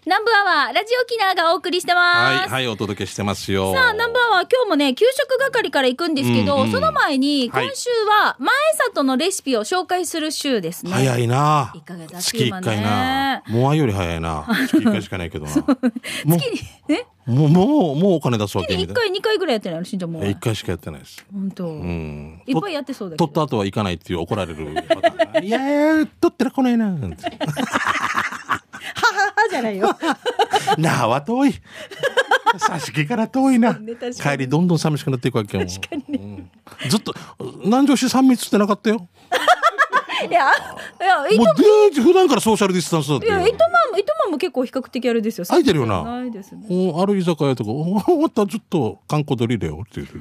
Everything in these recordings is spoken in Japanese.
ナンバーはラジオ沖縄がお送りしてます。 はい、はい、お届けしてますよ。 さあ、ナンバーは今日もね、給食係から行くんですけど、その前に今週は前里のレシピを紹介する週ですね。 早いな。 1ヶ月経月1 って今ね。 回な。もうあより早いな。月1回しかないけどな。 月にね。 もうお金出すわけみたいな。 1回2回ぐらいやってないのしんちゃんも。 1回しかやってないです。 本当。いっぱいやってそうだけど。 取った後は行かないっていう怒られるパターン。いやー、取ったら来ないな。はははじゃないよ。 なあは遠い。挿し木から遠いな。帰りどんどん寂しくなっていくわけよ。 確かにね。 ずっと南城市3密ってなかったよ。 いやもう普段からソーシャルディスタンスだってよ。 いや糸満も結構比較的あれですよ。 空いてるよな。 ないですね。 ある居酒屋とかまたちょっと観光鳥だよって言う。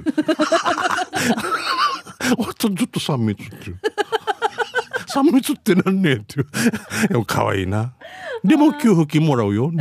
ちょっと3密っていう。3密ってなんねえっていう。でも可愛いな。でも給付金もらうよ。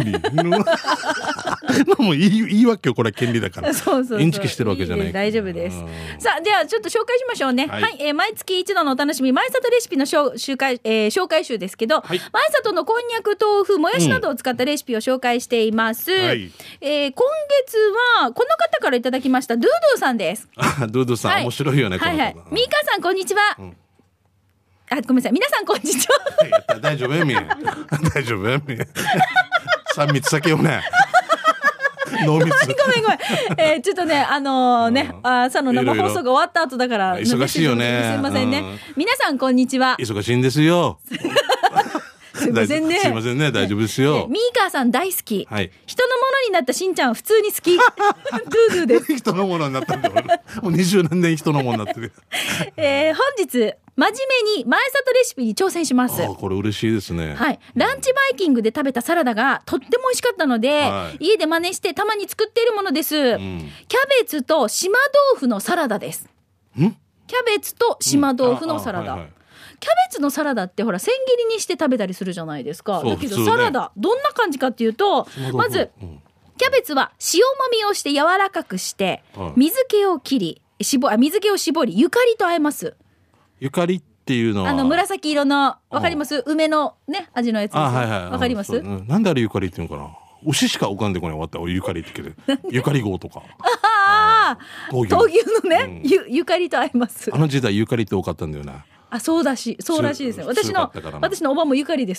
もういいわけよ、これは権利だからそうインチキしてるわけじゃない。 いい大丈夫です。さあ、ではちょっと紹介しましょうね。はい、毎月一度のお楽しみ前里レシピの紹介集ですけど、前里のこんにゃく豆腐もやしなどを使ったレシピを紹介しています。今月はこの方からいただきましたドゥドゥさんです。 ドゥドゥさん、面白いよね。 はいはい、ミーカさんこんにちは。あ、ごめんなさい、皆さんこんにちは。 大丈夫やみ大丈夫やみ3密避けようね。濃密。 ごめん、ちょっとね、朝の生放送が終わった後だから忙しいよね。 すいませんね。皆さんこんにちは。 忙しいんですよ。 すいませんね。 すいませんね、大丈夫ですよ。 ミーカーさん大好き。 はい。 人のものになったしんちゃん普通に好き。ドゥドゥです。 人のものになったんだよ。もう20何年人のものになってる。 本日真面目に前里レシピに挑戦します。 これ嬉しいですね。 はい。ランチバイキングで食べたサラダがとっても美味しかったので、家で真似してたまに作っているものです。キャベツと島豆腐のサラダです。キャベツと島豆腐のサラダ。キャベツのサラダってほら千切りにして食べたりするじゃないですか。だけどサラダどんな感じかっていうと、まずキャベツは塩もみをして柔らかくして水気を切り水気を絞りゆかりと和えます。 ゆかりっていうのは紫色のわかります？梅のね味のやつです。わかります？ なんであれゆかりっていうのかな。牛しか浮かんでこない。終わったゆかりってけどゆかり号とか闘牛のね、ゆかりと合います。 あの時代ゆかりって多かったんだよな。 そうらしいですね。私のおばもゆかりです。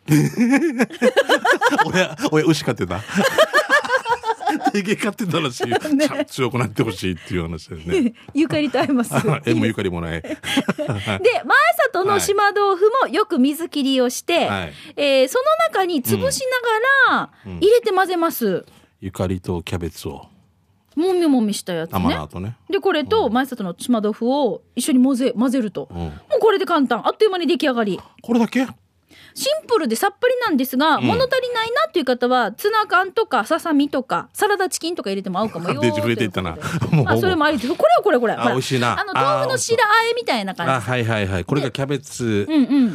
親牛飼ってた。定義飼ってたらしいよ。強くなってほしいっていう話だよね。 ゆかりと合います。 もゆかりもない。で、 前里の島豆腐もよく水切りをして、その中に潰しながら入れて混ぜます。 ゆかりとキャベツをもみもみしたやつね。でこれと前里の島豆腐を一緒に混ぜると、もうこれで簡単、あっという間に出来上がり。 これだけシンプルでさっぱりなんですが、物足りないなっていう方はツナ缶とかささみとかサラダチキンとか入れても合うかもよ。 デジ増えていったな。 それもありです。これ美味しいな。 豆腐の白あえみたいな感じ。 はいこれがキャベツ。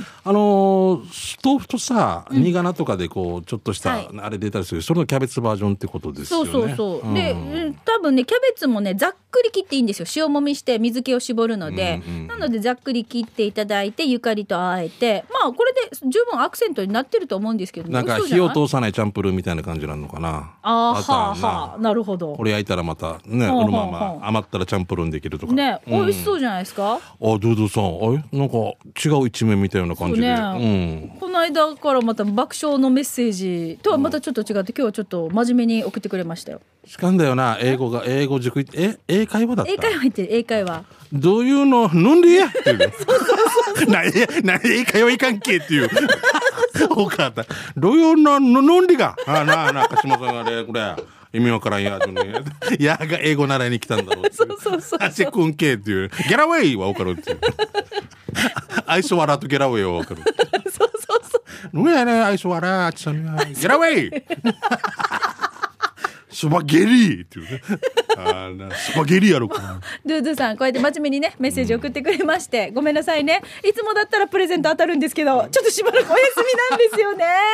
豆腐とさ煮がなとかでこうちょっとしたあれ出たりする、それのキャベツバージョンってことですよね。 そうで多分ねキャベツもねざっくり切っていいんですよ。塩もみして水気を絞るので、なのでざっくり切っていただいてゆかりとあえて、これで十分アクセントになってると思うんですけど、 なんか火を通さないチャンプルーみたいな感じなのかな。 なるほど。 これ焼いたらまたね、このまま余ったらチャンプルーにできるとかね、美味しそうじゃないですか。 ドゥドゥさん、なんか違う一面みたいな感じで、 この間からまた爆笑のメッセージとはまたちょっと違って、今日はちょっと真面目に送ってくれましたよ。 しかんだよな、英語塾英会話だった。 英会話言ってる。英会話どういうの飲んでやっていうな英会話いかんけっていうおかった。どういうの飲んでがな鹿島さんがねこれ意味わからんやつね。やが英語習いに来たんだろうっていう。アセクンケっていうギャラウェイはわかるっていう。アイスワラとギャラウェイはわかる。 そうのやねアイスワラってさねギャラウェイスパゲリーっていうね。スパゲリーやろか。 ドゥドゥさんこうやって真面目にねメッセージ送ってくれまして、ごめんなさいね。いつもだったらプレゼント当たるんですけど、ちょっとしばらくお休みなんですよね。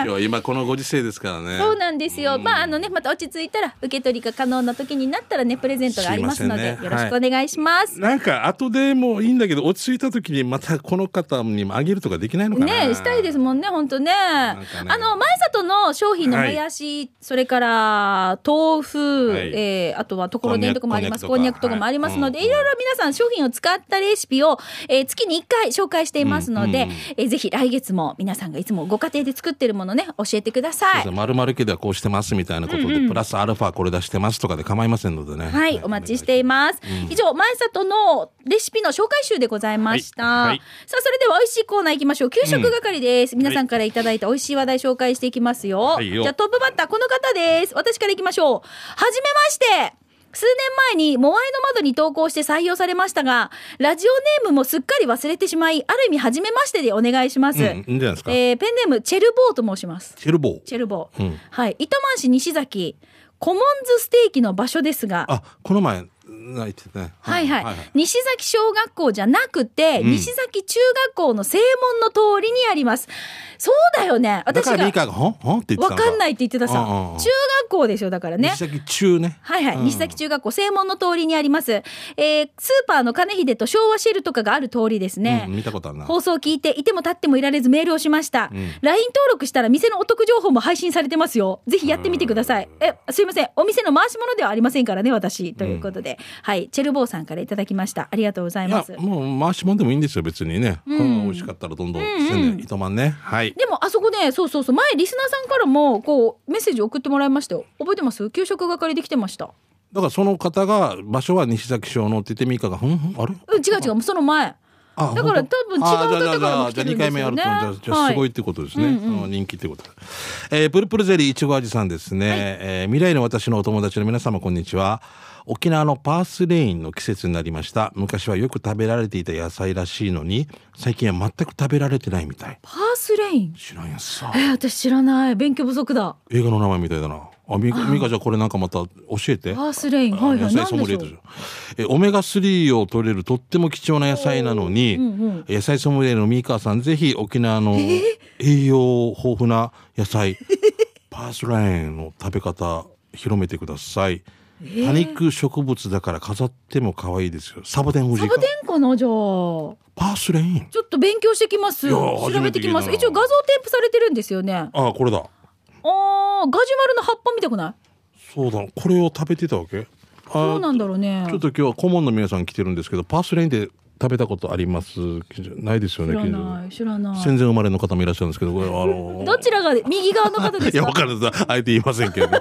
いや今このご時世ですからね。 そうなんですよ。また落ち着いたら受け取りが可能な時になったらねプレゼントがありますので、よろしくお願いします。 なんか後でもいいんだけど落ち着いた時にまたこの方にもあげるとかできないのかな。 ねしたいですもんね本当ね。前里の商品のもやし、それから豆腐、あとはところてんとかもあります。こんにゃくとかもありますので、いろいろ皆さん商品を使ったレシピを、月に1回紹介していますので、ぜひ来月も皆さんがいつもご家庭で作ってるものね教えてください。 〇〇家ではこうしてますみたいなことで、プラスアルファこれ出してますとかで構いませんのでね。 はい、お待ちしています。以上前里のレシピの紹介集でございました。さあそれでは美味しいコーナー行きましょう。給食係です。皆さんからいただいた美味しい話題紹介していきますよ。じゃあトップバッターこの方です。私から行きましょう。はじめまして。数年前にモアイの窓に投稿して採用されましたが、ラジオネームもすっかり忘れてしまい、ある意味初めましてでお願いします。 いいんじゃないですか。 ペンネームチェルボーと申します。 チェルボー、はい。糸満市西崎コモンズステーキの場所ですが、 この前言ってね。 西崎小学校じゃなくて、西崎中学校の正門の通りにあります。そうだよね。私がだからミカがって言ってたのか。 わかんないって言ってたさ。中学校でしょだからね。 西崎中ね。 西崎中学校正門の通りにあります。スーパーの金秀と昭和シェルとかがある通りですね。 見たことあるな。 放送聞いていても立ってもいられずメールをしました。LINE 登録したら店のお得情報も配信されてますよ。ぜひやってみてください。すいません。お店の回し物ではありませんからね私ということで、チェルボーさんからいただきました。ありがとうございます。 もう回し物でもいいんですよ別にね。美味しかったらどんどん糸満ね。 でもあそこねそう前リスナーさんからもこうメッセージ送ってもらいましたよ。覚えてます？給食係できてました。 だからその方が場所は西崎小のって言ってミカがあれ？ 違うもうその前。だから多分違う方からも来てるんですよね。じゃあ2回目あるとじゃあすごいってことですね。人気ってことで。プルプルゼリーいちご味さんですね。未来の私のお友達の皆様こんにちは。沖縄のパースレインの季節になりました。昔はよく食べられていた野菜らしいのに最近は全く食べられてないみたい。 パースレイン知らんやつさ。 私知らない。勉強不足だ。 映画の名前みたいだな。ミカじゃあこれなんかまた教えて。 パースレイン、 野菜ソムリエでしょ。オメガ3を取れるとっても貴重な野菜なのに、野菜ソムリエのミカさんぜひ沖縄の栄養豊富な野菜パースレインの食べ方広めてください。多肉植物だから飾っても可愛いですよ。サボテンかな。じゃあパースレインちょっと勉強してきます。調べてきます。一応画像添付されてるんですよね。 これだ。 ガジュマルの葉っぱ見たくない？ そうだ、これを食べてたわけ。 そうなんだろうね。 ちょっと今日は顧問の皆さん来てるんですけど、パースレインで食べたことありますないですよね。 知らない。 戦前生まれの方もいらっしゃるんですけど、 どちらが右側の方ですか？ いや分かるんです。あえて言いませんけど、ね、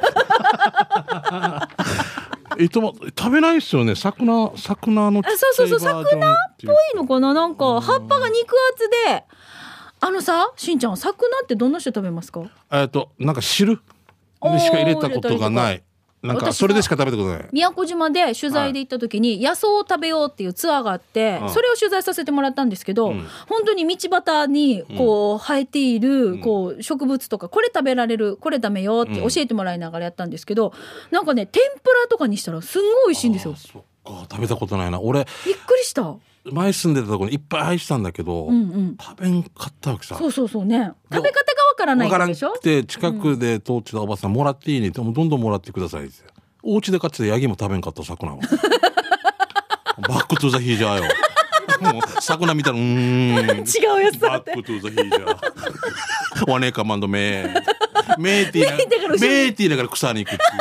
食べないですよね。桜の桜っぽいのかな。なんか葉っぱが肉厚で、しんちゃん桜ってどんな人食べますか？ なんか汁にしか入れたことがない。なんかそれでしか食べたことない。 宮古島で取材で行った時に野草を食べようっていうツアーがあって、それを取材させてもらったんですけど、本当に道端にこう生えているこう植物とか、これ食べられるこれダメよって教えてもらいながらやったんですけど、なんかね天ぷらとかにしたらすんごい美味しいんですよ。 そっか、食べたことないな。俺びっくりした。 前住んでたところにいっぱい愛したんだけど、食べんかったわけさ。 そうね。食べ方がわからないでしょ。 わからんくて近くで通ってたおばさん、もらっていいねって、どんどんもらってくださいって。お家で飼ってたヤギも食べんかった桜は。バックトゥザヒージャーよ。もう桜見たら違うやつだって。 バックトゥザヒージャー。ワネカマンドメーティーだから草に行くっていう。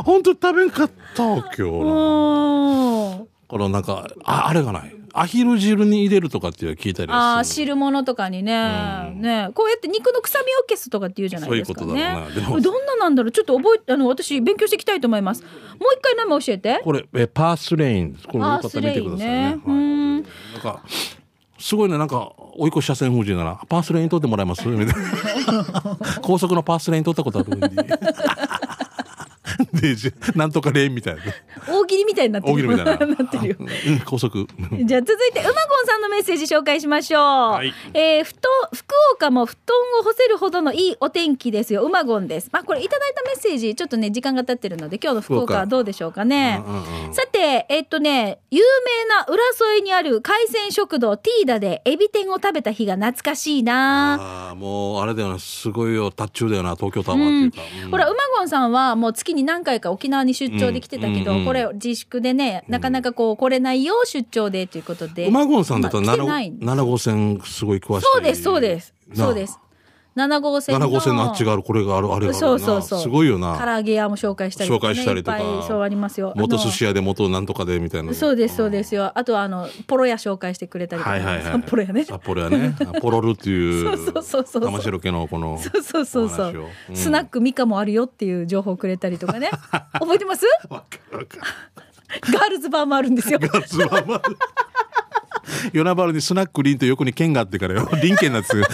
本当食べんかったわけよ。このなんかあれがない。アヒル汁に入れるとかっていう聞いたりはする。 汁物とかにね、こうやって肉の臭みを消すとかっていうじゃないですかね。そういうことだろうな。どんななんだろう。ちょっと私勉強していきたいと思います。もう一回名前教えて。 これパースレイン。これよかったら見てくださいね。なんかすごいね。なんか追い越し車線風神ならパースレイン通ってもらえますみたいな。高速のパースレイン通ったことあるんで。 デージなんとかレーンみたいな大喜利みたいになってる。 大喜利みたいななってるよ。 高速じゃあ続いてうまごんさんのメッセージ紹介しましょう。 はい、 福岡も布団を干せるほどのいいお天気ですよ。うまごんです。まあこれいただいたメッセージちょっとね時間が経ってるので今日の福岡はどうでしょうかね。さて有名な浦添にある海鮮食堂ティーダでエビ天を食べた日が懐かしいな。 もうあれだよな、すごいよ、達中だよな、東京タワーっていうか、 ほらうまごんさんはもう月に何回か沖縄に出張で来てたけど、これ自粛でねなかなかこう来れないよ出張でということで、 うまごんさんだと7号線すごい詳しい。 そうです7号線のあっちがある、これがある、あれがあるな。そうすごいよな。 唐揚げ屋も紹介したりとか、ね、いっぱいそうありますよ。 元寿司屋で元なんとかでみたいな。 そうですよ。あとポロ屋紹介してくれたりとか、札幌屋ね。 札幌屋ね。ポロルっていうそう玉城家のこのそうスナックミカもあるよっていう情報くれたりとかね。覚えてます？ わかる。 ガールズバーもあるんですよ。 ガールズバーもある。与那原にスナックリンと横に県があってからよ、リン県なんですよ。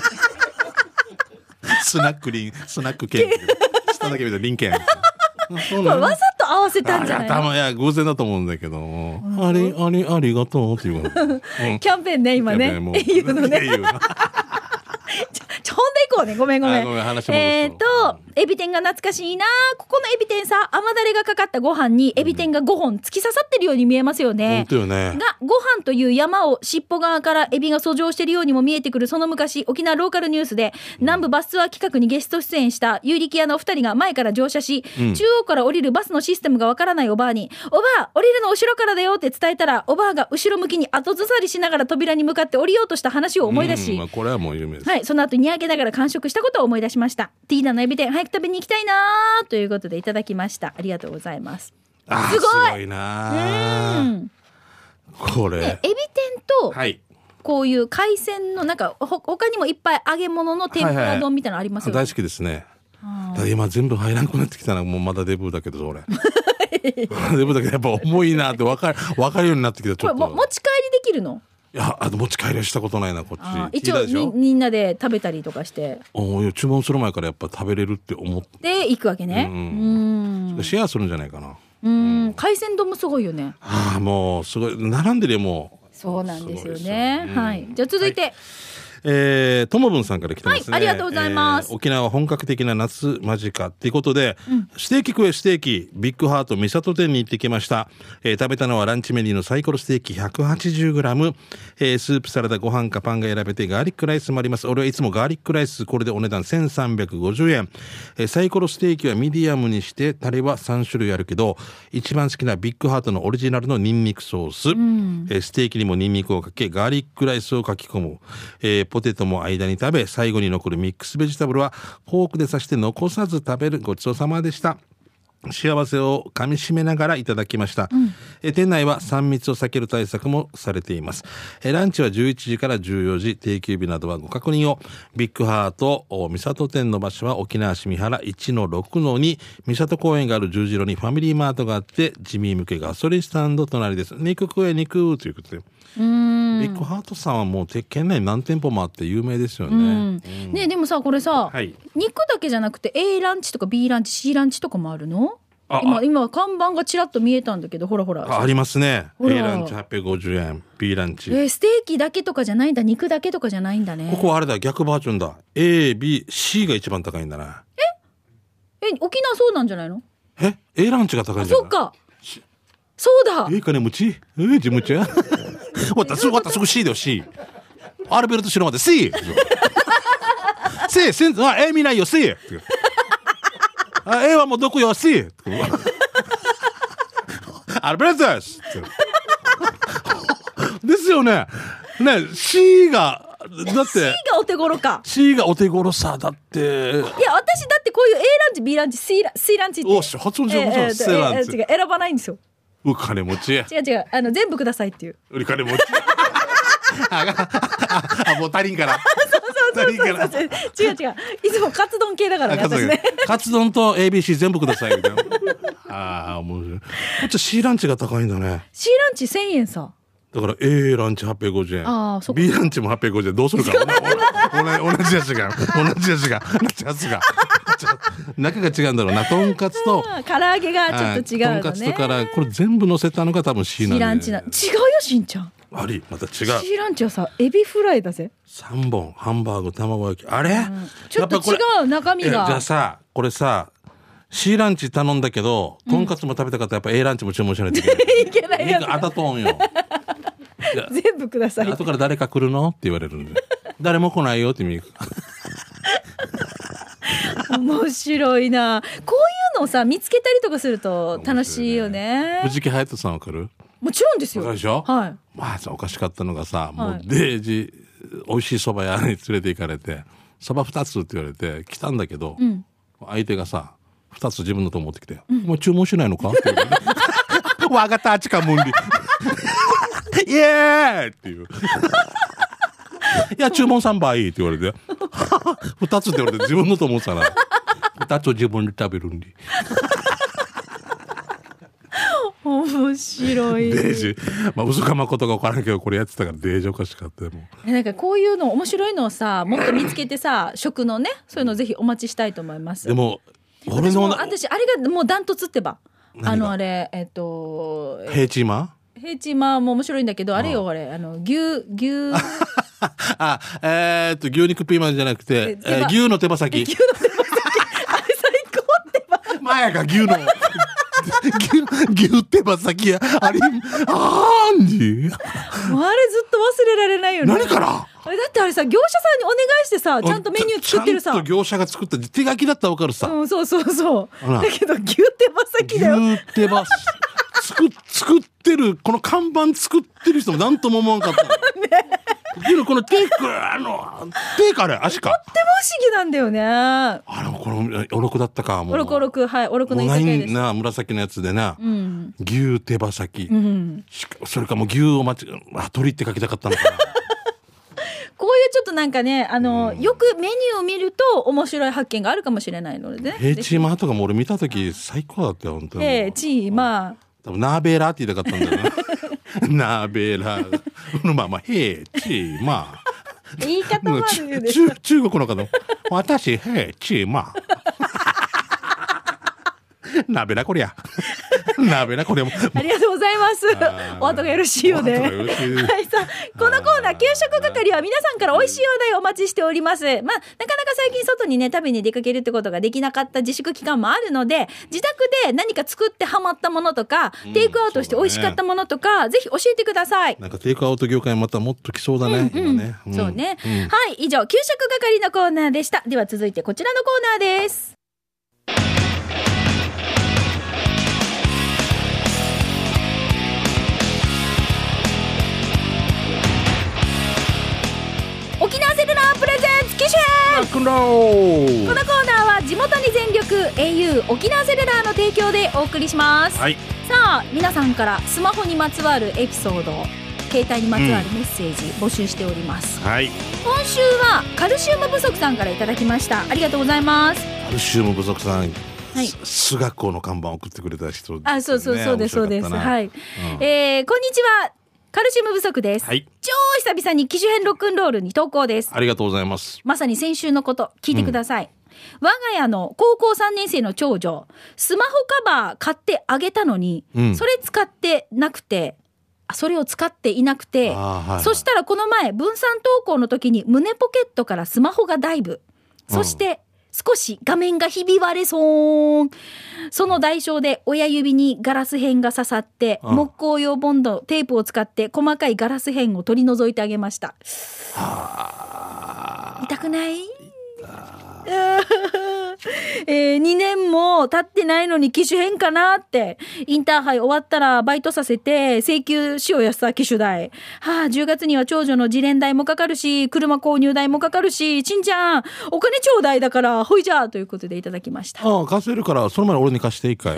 スナックリン、スナック県。下だけ見たらリン県。 わざと合わせたんじゃないの？ いや偶然だと思うんだけど、ありがとうっていう、 キャンペーンね今ね言うのね。ほんでいこうね。ごめんエビ天が懐かしいな。ここのエビ天さ、甘だれがかかったご飯にエビ天が5本突き刺さってるように見えますよね。 本当よね。 がご飯という山を尻尾側からエビが遡上しているようにも見えてくる。その昔沖縄ローカルニュースで南部バスツアー企画にゲスト出演した有力屋のお二人が前から乗車し、中央から降りるバスのシステムがわからないおばあに、おばあ降りるの後ろからだよって伝えたら、おばあが後ろ向きに後ずさりしながら扉に向かって降りようとした話を思い出し、 これはもう有名です。 はい、その後にやけながら完食したことを思い出しました。ティーダのエビ天早く食べに行きたいなということでいただきました。ありがとうございます。 すごいな。これ、 ね、エビ天と、はい、こういう海鮮のなんか他にもいっぱい揚げ物の天ぷら丼みたいなのありますよね。 大好きですね。だ今全部入らなくなってきたな。もうまだデブだけど俺デブだけどやっぱ重いなって分かるようになってきた。ちょっとこれ持ち帰りできるの？ いや、持ち帰りはしたことないな、こっち。 一応みんなで食べたりとかして。 注文する前からやっぱ食べれるって思って行くわけね。 シェアするんじゃないかな。 海鮮丼もすごいよね。 もうすごい並んでるよ、もう。 そうなんですよね。はい。じゃあ続いて、 ともぶんさんから来てますね。 はい、ありがとうございます。 沖縄は本格的な夏間近っていうことで、ステーキ食えステーキビッグハート三郷店に行ってきました。食べたのはランチメニューのサイコロステーキ 180g、スープサラダご飯かパンが選べてガーリックライスもあります。俺はいつもガーリックライス、これでお値段1350円。サイコロステーキはミディアムにしてタレは3種類あるけど一番好きなビッグハートのオリジナルのニンニクソース、ステーキにもニンニクをかけガーリックライスをかき込む、ポテトも間に食べ最後に残るミックスベジタブルはフォークで刺して残さず食べる。ごちそうさまでした。幸せをかみしめながらいただきました。店内は3密を避ける対策もされています。ランチは11時から14時、定休日などはご確認を。ビッグハート三郷店の場所は沖縄市三原 1-6-2、三郷公園がある十字路にファミリーマートがあって自民向けガソリンスタンド隣です。肉食え肉ということで、ビッグハートさんはもう県内に何店舗もあって有名ですよね。 ね、でもさこれさ、 はい、 肉だけじゃなくて A ランチとか B ランチ C ランチとかもあるの？今看板がちらっと見えたんだけど、ほらありますね。 A ランチ850円 B ランチ、 ステーキだけとかじゃないんだ。肉だけとかじゃないんだね。 ここはあれだ、逆バージョンだ。 A、B、C が一番高いんだな。 沖縄そうなんじゃないの ？A ランチが高いんじゃない？ そっか、そうだ。 金持ちジムちゃん終わったすぐ C だよ。 C アルベルトシロまで C C A 見ないよ C A はもうどこよ C アルベルトですですよね。C がだって C がお手頃か。 C がお手頃さ。だっていや私だってこういう A ランチ B ランチ C ランチって発音上手。 C ランチ選ばないんですよ。 金持ち。違う全部くださいっていう。 金持ちもう足りんから違ういつもカツ丼系だからね、私ね。 カツ丼と ABC 全部くださいみたいな。面白い。こっち C ランチが高いんだね。 C ランチ1000円さ。 だから A ランチ850円、B ランチも850円。どうするか同じやつが中が違うんだろうな。とんかつと唐揚げがちょっと違うのね。 とんかつとからこれ全部乗せたのが多分シーランチ違うよしんちゃん。 ありまた違う。 シーランチはさエビフライだぜ。 3本ハンバーグ卵焼きあれ、 ちょっと違う中身が。 じゃあさこれさシーランチ頼んだけどとんかつも食べたかったらやっぱ A ランチも注文しないといけない。 いけないやつ肉あたとんよ。 全部ください。 後から誰か来るのって言われるんで誰も来ないよって見る。 面白いな。こういうのをさ見つけたりとかすると楽しいよね。 藤木隼人さんわかる？ もちろんですよ。 わかるでしょ？ はい。 まあおかしかったのがさ、もうデージ美味しい蕎麦屋に連れて行かれて蕎麦2つって言われて来たんだけど、相手がさ2つ自分のと思ってきて、もう注文しないのかって言われてわかったあちかむんりイエーイっていういや注文3倍って言われて2つって言われて自分のと思ってたら2つを自分で食べるんで面白い。 デージまあ嘘かまことか分からんけどこれやってたからデージおかしかったよ。もうなんかこういうの面白いのをさもっと見つけてさ食のねそういうのぜひお待ちしたいと思います。 でも俺の私あれがもうダントツってばあれヘイチーマヘイチーマーも面白いんだけどあれよあれ牛あ牛肉ピーマンじゃなくて、牛の手羽先。 牛の手羽先あれ最高ってば前が牛の牛手羽先やあれあんじもうあれずっと忘れられないよね。 何からあれだってあれさ業者さんにお願いしてさちゃんとメニュー作ってるさちゃんと業者が作った手書きだったら分かるさ、 そうだけど牛手羽先だよ。 牛手羽作ってるこの看板作ってる人も何とも思わんかったね、このテイクテイクあれ足かとっても不思議なんだよね。 あれこのおろくだったかもうおろくはいおろくの居酒屋ですな紫のやつでな、牛手羽先、それかもう牛を鳥って書きたかったのかなこういうちょっとなんかねよくメニューを見ると面白い発見があるかもしれないのでね。 ヘイチーマーとかも俺見た時最高だったよ本当に。 ヘイチーマー多分ナーベーラーって言いたかったんだよねナーベーラーまあヘイチーマー言い方もあるで中国の方私ヘイチーマーなべなこりゃなべなこりゃもありがとうございます。お後がよろしいようで、はい、さあこのコーナー給食係は皆さんから美味しい話題をお待ちしております。まあなかなか最近外にね食べに出かけるってことができなかった自粛期間もあるので自宅で何か作ってハマったものとか、テイクアウトして美味しかったものとか、ぜひ教えてください。 なんかテイクアウト業界またもっと来そうだね、今ね、 そうね、はい以上給食係のコーナーでした。では続いてこちらのコーナーです。沖縄セルラープレゼンツ機種編。このコーナーは地元に全力 au 沖縄セルラーの提供でお送りします、はい、さあ皆さんからスマホにまつわるエピソード携帯にまつわるメッセージ募集しております、はい、今週はカルシウム不足さんからいただきました。ありがとうございます。 カルシウム不足さん、はい、数学校の看板を送ってくれた人です、ね、 あそうですそうです、はい、こんにちはカルシウム不足です、はい、超久々に機種編ロックンロールに投稿です。 ありがとうございます。 まさに先週のこと聞いてください、我が家の高校3年生の長女スマホカバー買ってあげたのに、それ使ってなくてそれを使っていなくて、そしたらこの前分散登校の時に胸ポケットからスマホがダイブ、そして少し画面がひび割れそう。その代償で親指にガラス片が刺さって、木工用ボンドテープを使って細かいガラス片を取り除いてあげました。痛くない？2年も経ってないのに機種変かなって。インターハイ終わったらバイトさせて請求しようやさ機種代。10月には長女の自連代もかかるし車購入代もかかるし、ちんちゃんお金ちょうだいだからほいじゃということでいただきました。 貸せるからその前に俺に貸していいかい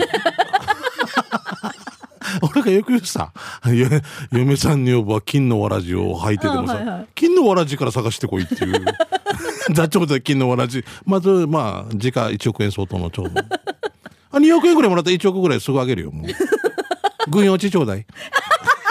俺がよく言うさ嫁さん女房は金のわらじを履いてでもさ、金のわらじから探してこいっていう座長で金のわらじまず時価1億円相当の長女2億円ぐらいもらったら1億ぐらいすぐあげるよもう軍落ちちょうだい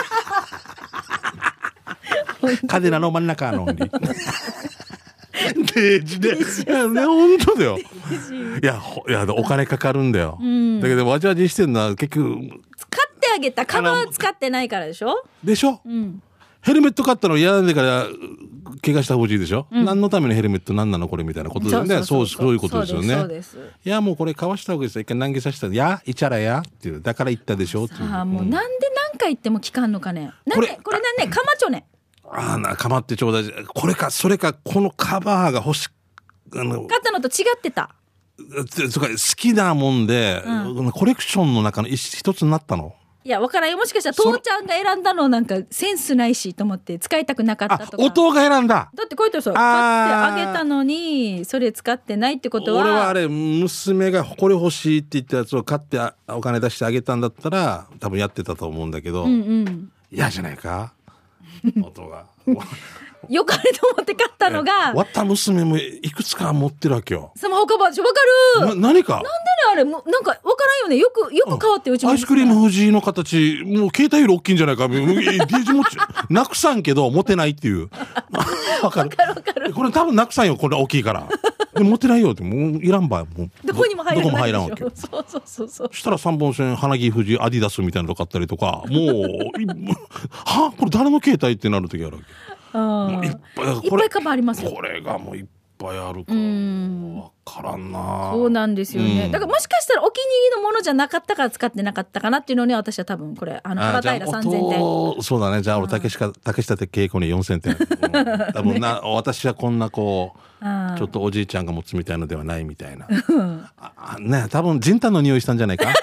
カデナの真ん中のでデージで。ね、本当だよ。いや、お金かかるんだよ。だけど、わじわじしてんのは結局。 使ってあげた。カバー使ってないからでしょ。 でしょ、ヘルメット買ったの嫌なんでから怪我した方がいいでしょ、何のためのヘルメット何なのこれみたいなことだよね。そういうことですよね。いやもうこれ買わした方がいいですよ。一回難儀させたら、いやイチャラやっていう、だから言ったでしょっていう。 もうなんで何回言っても聞かんのかね。これなんね、カマチョね。 かまってちょうだい。これかそれか、このカバーが欲し買ったのと違ってた。 好きなもんで、コレクションの中の一つになったの。 いや、わからんよ。もしかしたら父ちゃんが選んだのなんかセンスないしと思って使いたくなかったとか。 弟が選んだ。 だってこうやってさ、買ってあげたのにそれ使ってないってことは。 俺はあれ、娘がこれ欲しいって言ったやつを買ってお金出してあげたんだったら多分やってたと思うんだけど、嫌じゃないか弟が。 よかれと思って買ったのが、 わった娘もいくつか持ってるわけよ。 スマホカバーでしょ。わかる。 何か。 なんでね、あれもなんかわからんよね。よく変わって、うちもアイスクリーム藤井の形、もう携帯より大きいんじゃないか。デージ持ちなくさんけど持てないっていう。わかる。これ多分なくさんよ。これ大きいから。で持てないよって、もういらんばもうどこにも入らんわけよ。 そうしたら3本線花木富士アディダスみたいなの買ったりとか、もうはこれ誰の携帯ってなる時あるわけ。いっぱいカバーありますよ。これがもういっぱいあるから分からんな。 そうなんですよね。だからもしかしたらお気に入りのものじゃなかったから使ってなかったかなっていうのに、私は多分これ原平3000点。 そうだね。じゃあ俺竹下恵子に4000点。多分私はこんなこうちょっとおじいちゃんが持つみたいのではないみたいな。ね、多分ジンタンの匂いしたんじゃないか。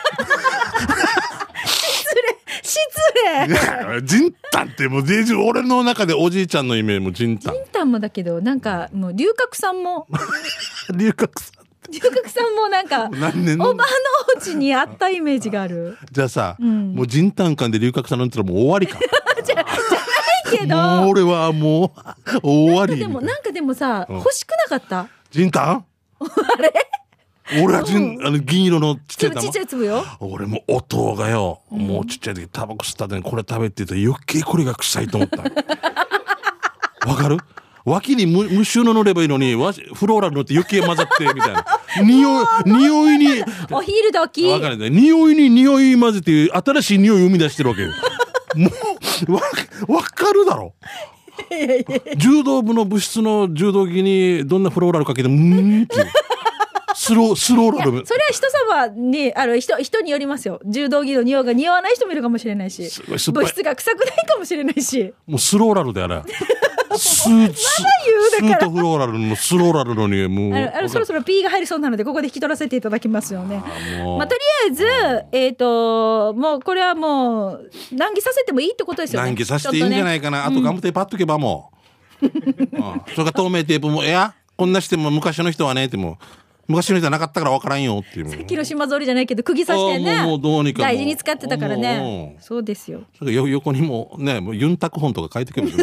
失礼。 ジンタンってもう俺の中でおじいちゃんのイメージもジンタン。 ジンタンもだけど、なんかもう龍角散も龍角散もなんかおばのお家にあったイメージがある。 じゃあさ、もうジンタン館で龍角散飲んだらもう終わりか。 じゃないけど。 もう俺はもう終わり。 でもさ、欲しくなかった？ ジンタン？ あれ？ 俺は銀色のちっちゃい粒よ。 俺も音がよ、もうちっちゃい時タバコ吸った後にこれ食べてると余計これが臭いと思った。わかる？脇に無臭の塗ればいいのにフローラルのって余計混ざってみたいな。匂いにお昼時わかるね。匂いに匂い混ぜて新しい匂い生み出してるわけよ。もうわかるだろ。柔道部の部室の柔道着にどんなフローラルかけてってスローラル。 それは人様に人によりますよ。柔道着の匂いが似合わない人もいるかもしれないし、部室が臭くないかもしれないし、 もうスローラルであれスートフローラルのスローラルの匂いもうそろそろ P が入りそうなのでここで引き取らせていただきますよね。とりあえずもうこれはもう難儀させてもいいってことですよね。 難儀させていいんじゃないかな。あとガムテープ貼っとけばもう、それから透明テープもこんなしても昔の人はねっても昔の人はなかったから分からんよっていう。さっきの島ぞりじゃないけど釘刺してね、 もうどうにか大事に使ってたからね。そうですよ。 横にもね、もうユンタク本とか書いてくる。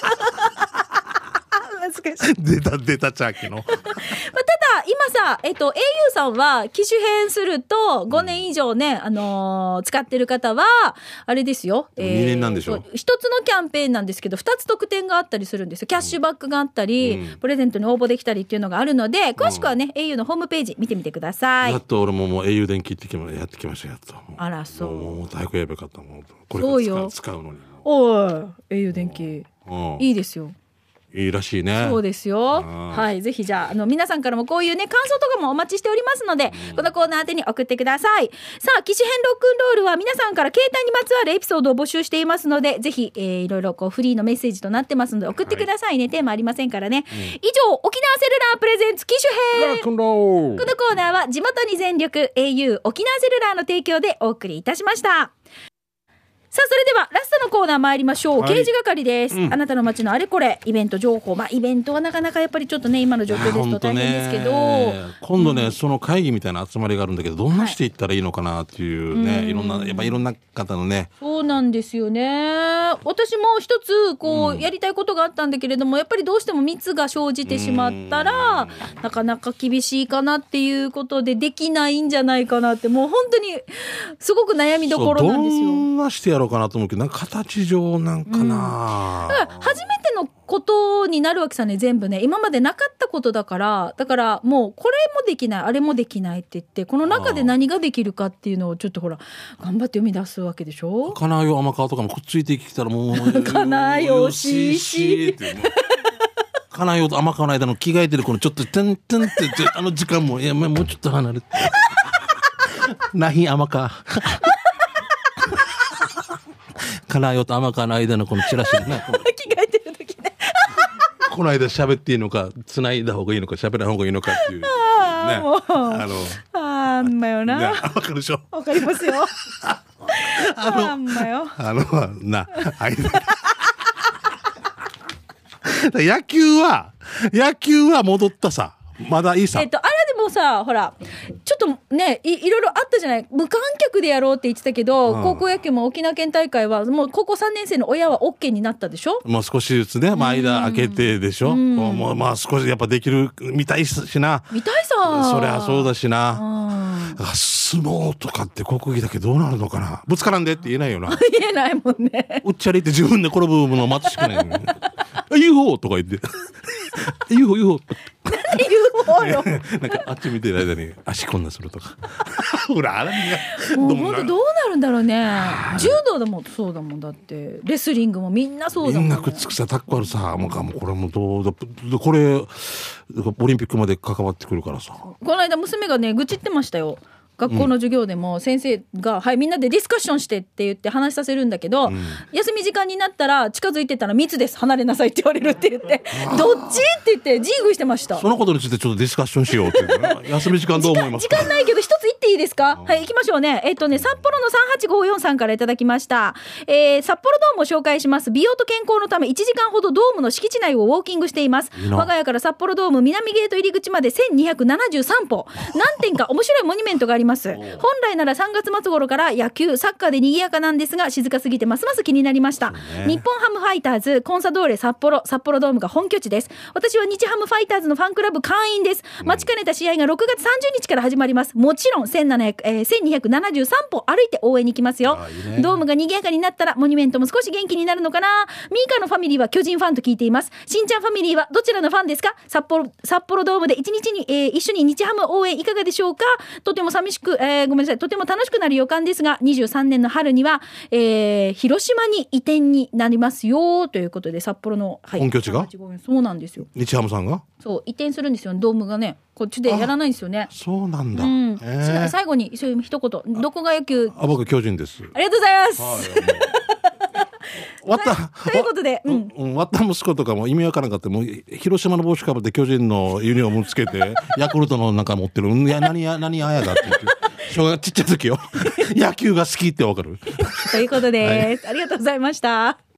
出たチャーキの。 ただ今さ、au さんは機種変すると5年以上ね、使ってる方はあれですよ、 2年なんでしょ。 一つのキャンペーンなんですけど2つ特典があったりするんですよ。キャッシュバックがあったり、プレゼントに応募できたりっていうのがあるので、詳しくはね、au のホームページ見てみてください。 やっと俺もう au 電気やってきました。やっと。 あらそう。 もう早くやべかった。もうこれから使うのに。 おい au 電気いいですよ。 いいらしいね。 そうですよ。はい、ぜひじゃあ皆さんからもこういうね感想とかもお待ちしておりますので、このコーナー宛てに送ってください。さあ、機種変ロックンロールは皆さんから携帯にまつわるエピソードを募集していますので、ぜひ、いろいろこうフリーのメッセージとなってますので送ってくださいね。テーマありませんからね。以上、沖縄セルラープレゼンツ機種変。このコーナーは地元に全力 au 沖縄セルラーの提供でお送りいたしました。さあ、それではラストのコーナー参りましょう。刑事係です、あなたの街のあれこれイベント情報。イベントはなかなかやっぱりちょっとね今の状況ですと大変ですけど、 今度ね、その会議みたいな集まりがあるんだけど、どんなしていったらいいのかなっていうね、いろんな方のね。 そうなんですよね。私も一つこうやりたいことがあったんだけれども、やっぱりどうしても密が生じてしまったらなかなか厳しいかなっていうことでできないんじゃないかなって、もう本当にすごく悩みどころなんですよ。 どんなしてやろうかなと思うけど、なんか形上なんかな、 だから初めてのことになるわけさね、全部ね。今までなかったことだから、だからもうこれもできない、あれもできないって言って、この中で何ができるかっていうのをちょっとほら、頑張って読み出すわけでしょ。 かなよ甘川とかもくっついてきたらもう。 かなよしって。かなよと甘川の間の着替えてるこのちょっとてんてんって時間も、いや、もうちょっと離れて。なひ甘川。かなよと甘川の間のこのチラシでね。 着替えてる時ね。 この間喋っていいのか、繋いだ方がいいのか、喋らない方がいいのかっていう。ね。 あんまよな。 わかるでしょ。 わかりますよ。あんまよ。野球は戻ったさ。まだいいさ。 あれでもさ、ほら、ちょっとね、いろいろあったじゃない。無観客でやろうって言ってたけど、高校野球も沖縄県大会は、もう高校3年生の親は OK になったでしょ。 もう少しずつね、間開けてでしょ。もうまあ少しやっぱできる、見たいしな。 見たいさ。 そりゃそうだしな。相撲とかって国技だけどうなるのかな。ぶつからんでって言えないよな。 言えないもんね。 うっちゃりって自分で転ぶのを待つしかない、ね。UFO とか言って。UFO。 なんで UFO よ。 なんかあっち見てる間に足こんなするとか。ほら、あれね。 もう本当どうなるんだろうね。柔道でもそうだもんだって。レスリングもみんなそうだもん、ね。 みんなくっつくさ、タックあるさ、もうこれもどうだ、これ、オリンピックまで関わってくるからさ。 この間娘がね、愚痴ってましたよ。学校の授業でも先生が、はい、みんなでディスカッションしてって言って話させるんだけど、休み時間になったら近づいてたら密です、離れなさいって言われるって言って、どっちって言ってジーグしてました。 そのことについてちょっとディスカッションしようっていう、休み時間どう思いますか。 時間ないけど一つ言っていいですか。はい、行きましょうね。札幌の3854さんからいただきました。札幌ドームを紹介します。美容と健康のため1時間ほどドームの敷地内をウォーキングしています。我が家から札幌ドーム南ゲート入り口まで1273歩、何点か面白いモニュメントがあります。本来なら3月末頃から野球サッカーで賑やかなんですが、静かすぎてますます気になりました。日本ハムファイターズコンサドーレ札幌ドームが本拠地です。私は日ハムファイターズのファンクラブ会員です。待ちかねた試合が6月30日から始まります。もちろん1273歩歩いて応援に行きますよ。ドームが賑やかになったらモニュメントも少し元気になるのかな。ミーカのファミリーは巨人ファンと聞いています。しんちゃんファミリーはどちらのファンですか。札幌ドームで一日に、一緒に日ハム応援いかがでしょうか。とても寂しく、ごめんなさい、とても楽しくなる予感ですが、23年の春には、広島に移転になりますよということで、札幌の、はい、 本拠地がそうなんですよ。 日ハムさんがそう移転するんですよ。ドームがね、こっちでやらないんですよね。 そうなんだ。 最後に一言、どこが野球。 僕巨人です。 ありがとうございます。ということで、 わった息子とかも意味わからなかった。もう広島の帽子かぶって巨人のユニフォームつけてヤクルトのなんか持ってる。いや何あやだって言って。小学ちっちゃい時よ。野球が好きってわかる。 ということです。ありがとうございました。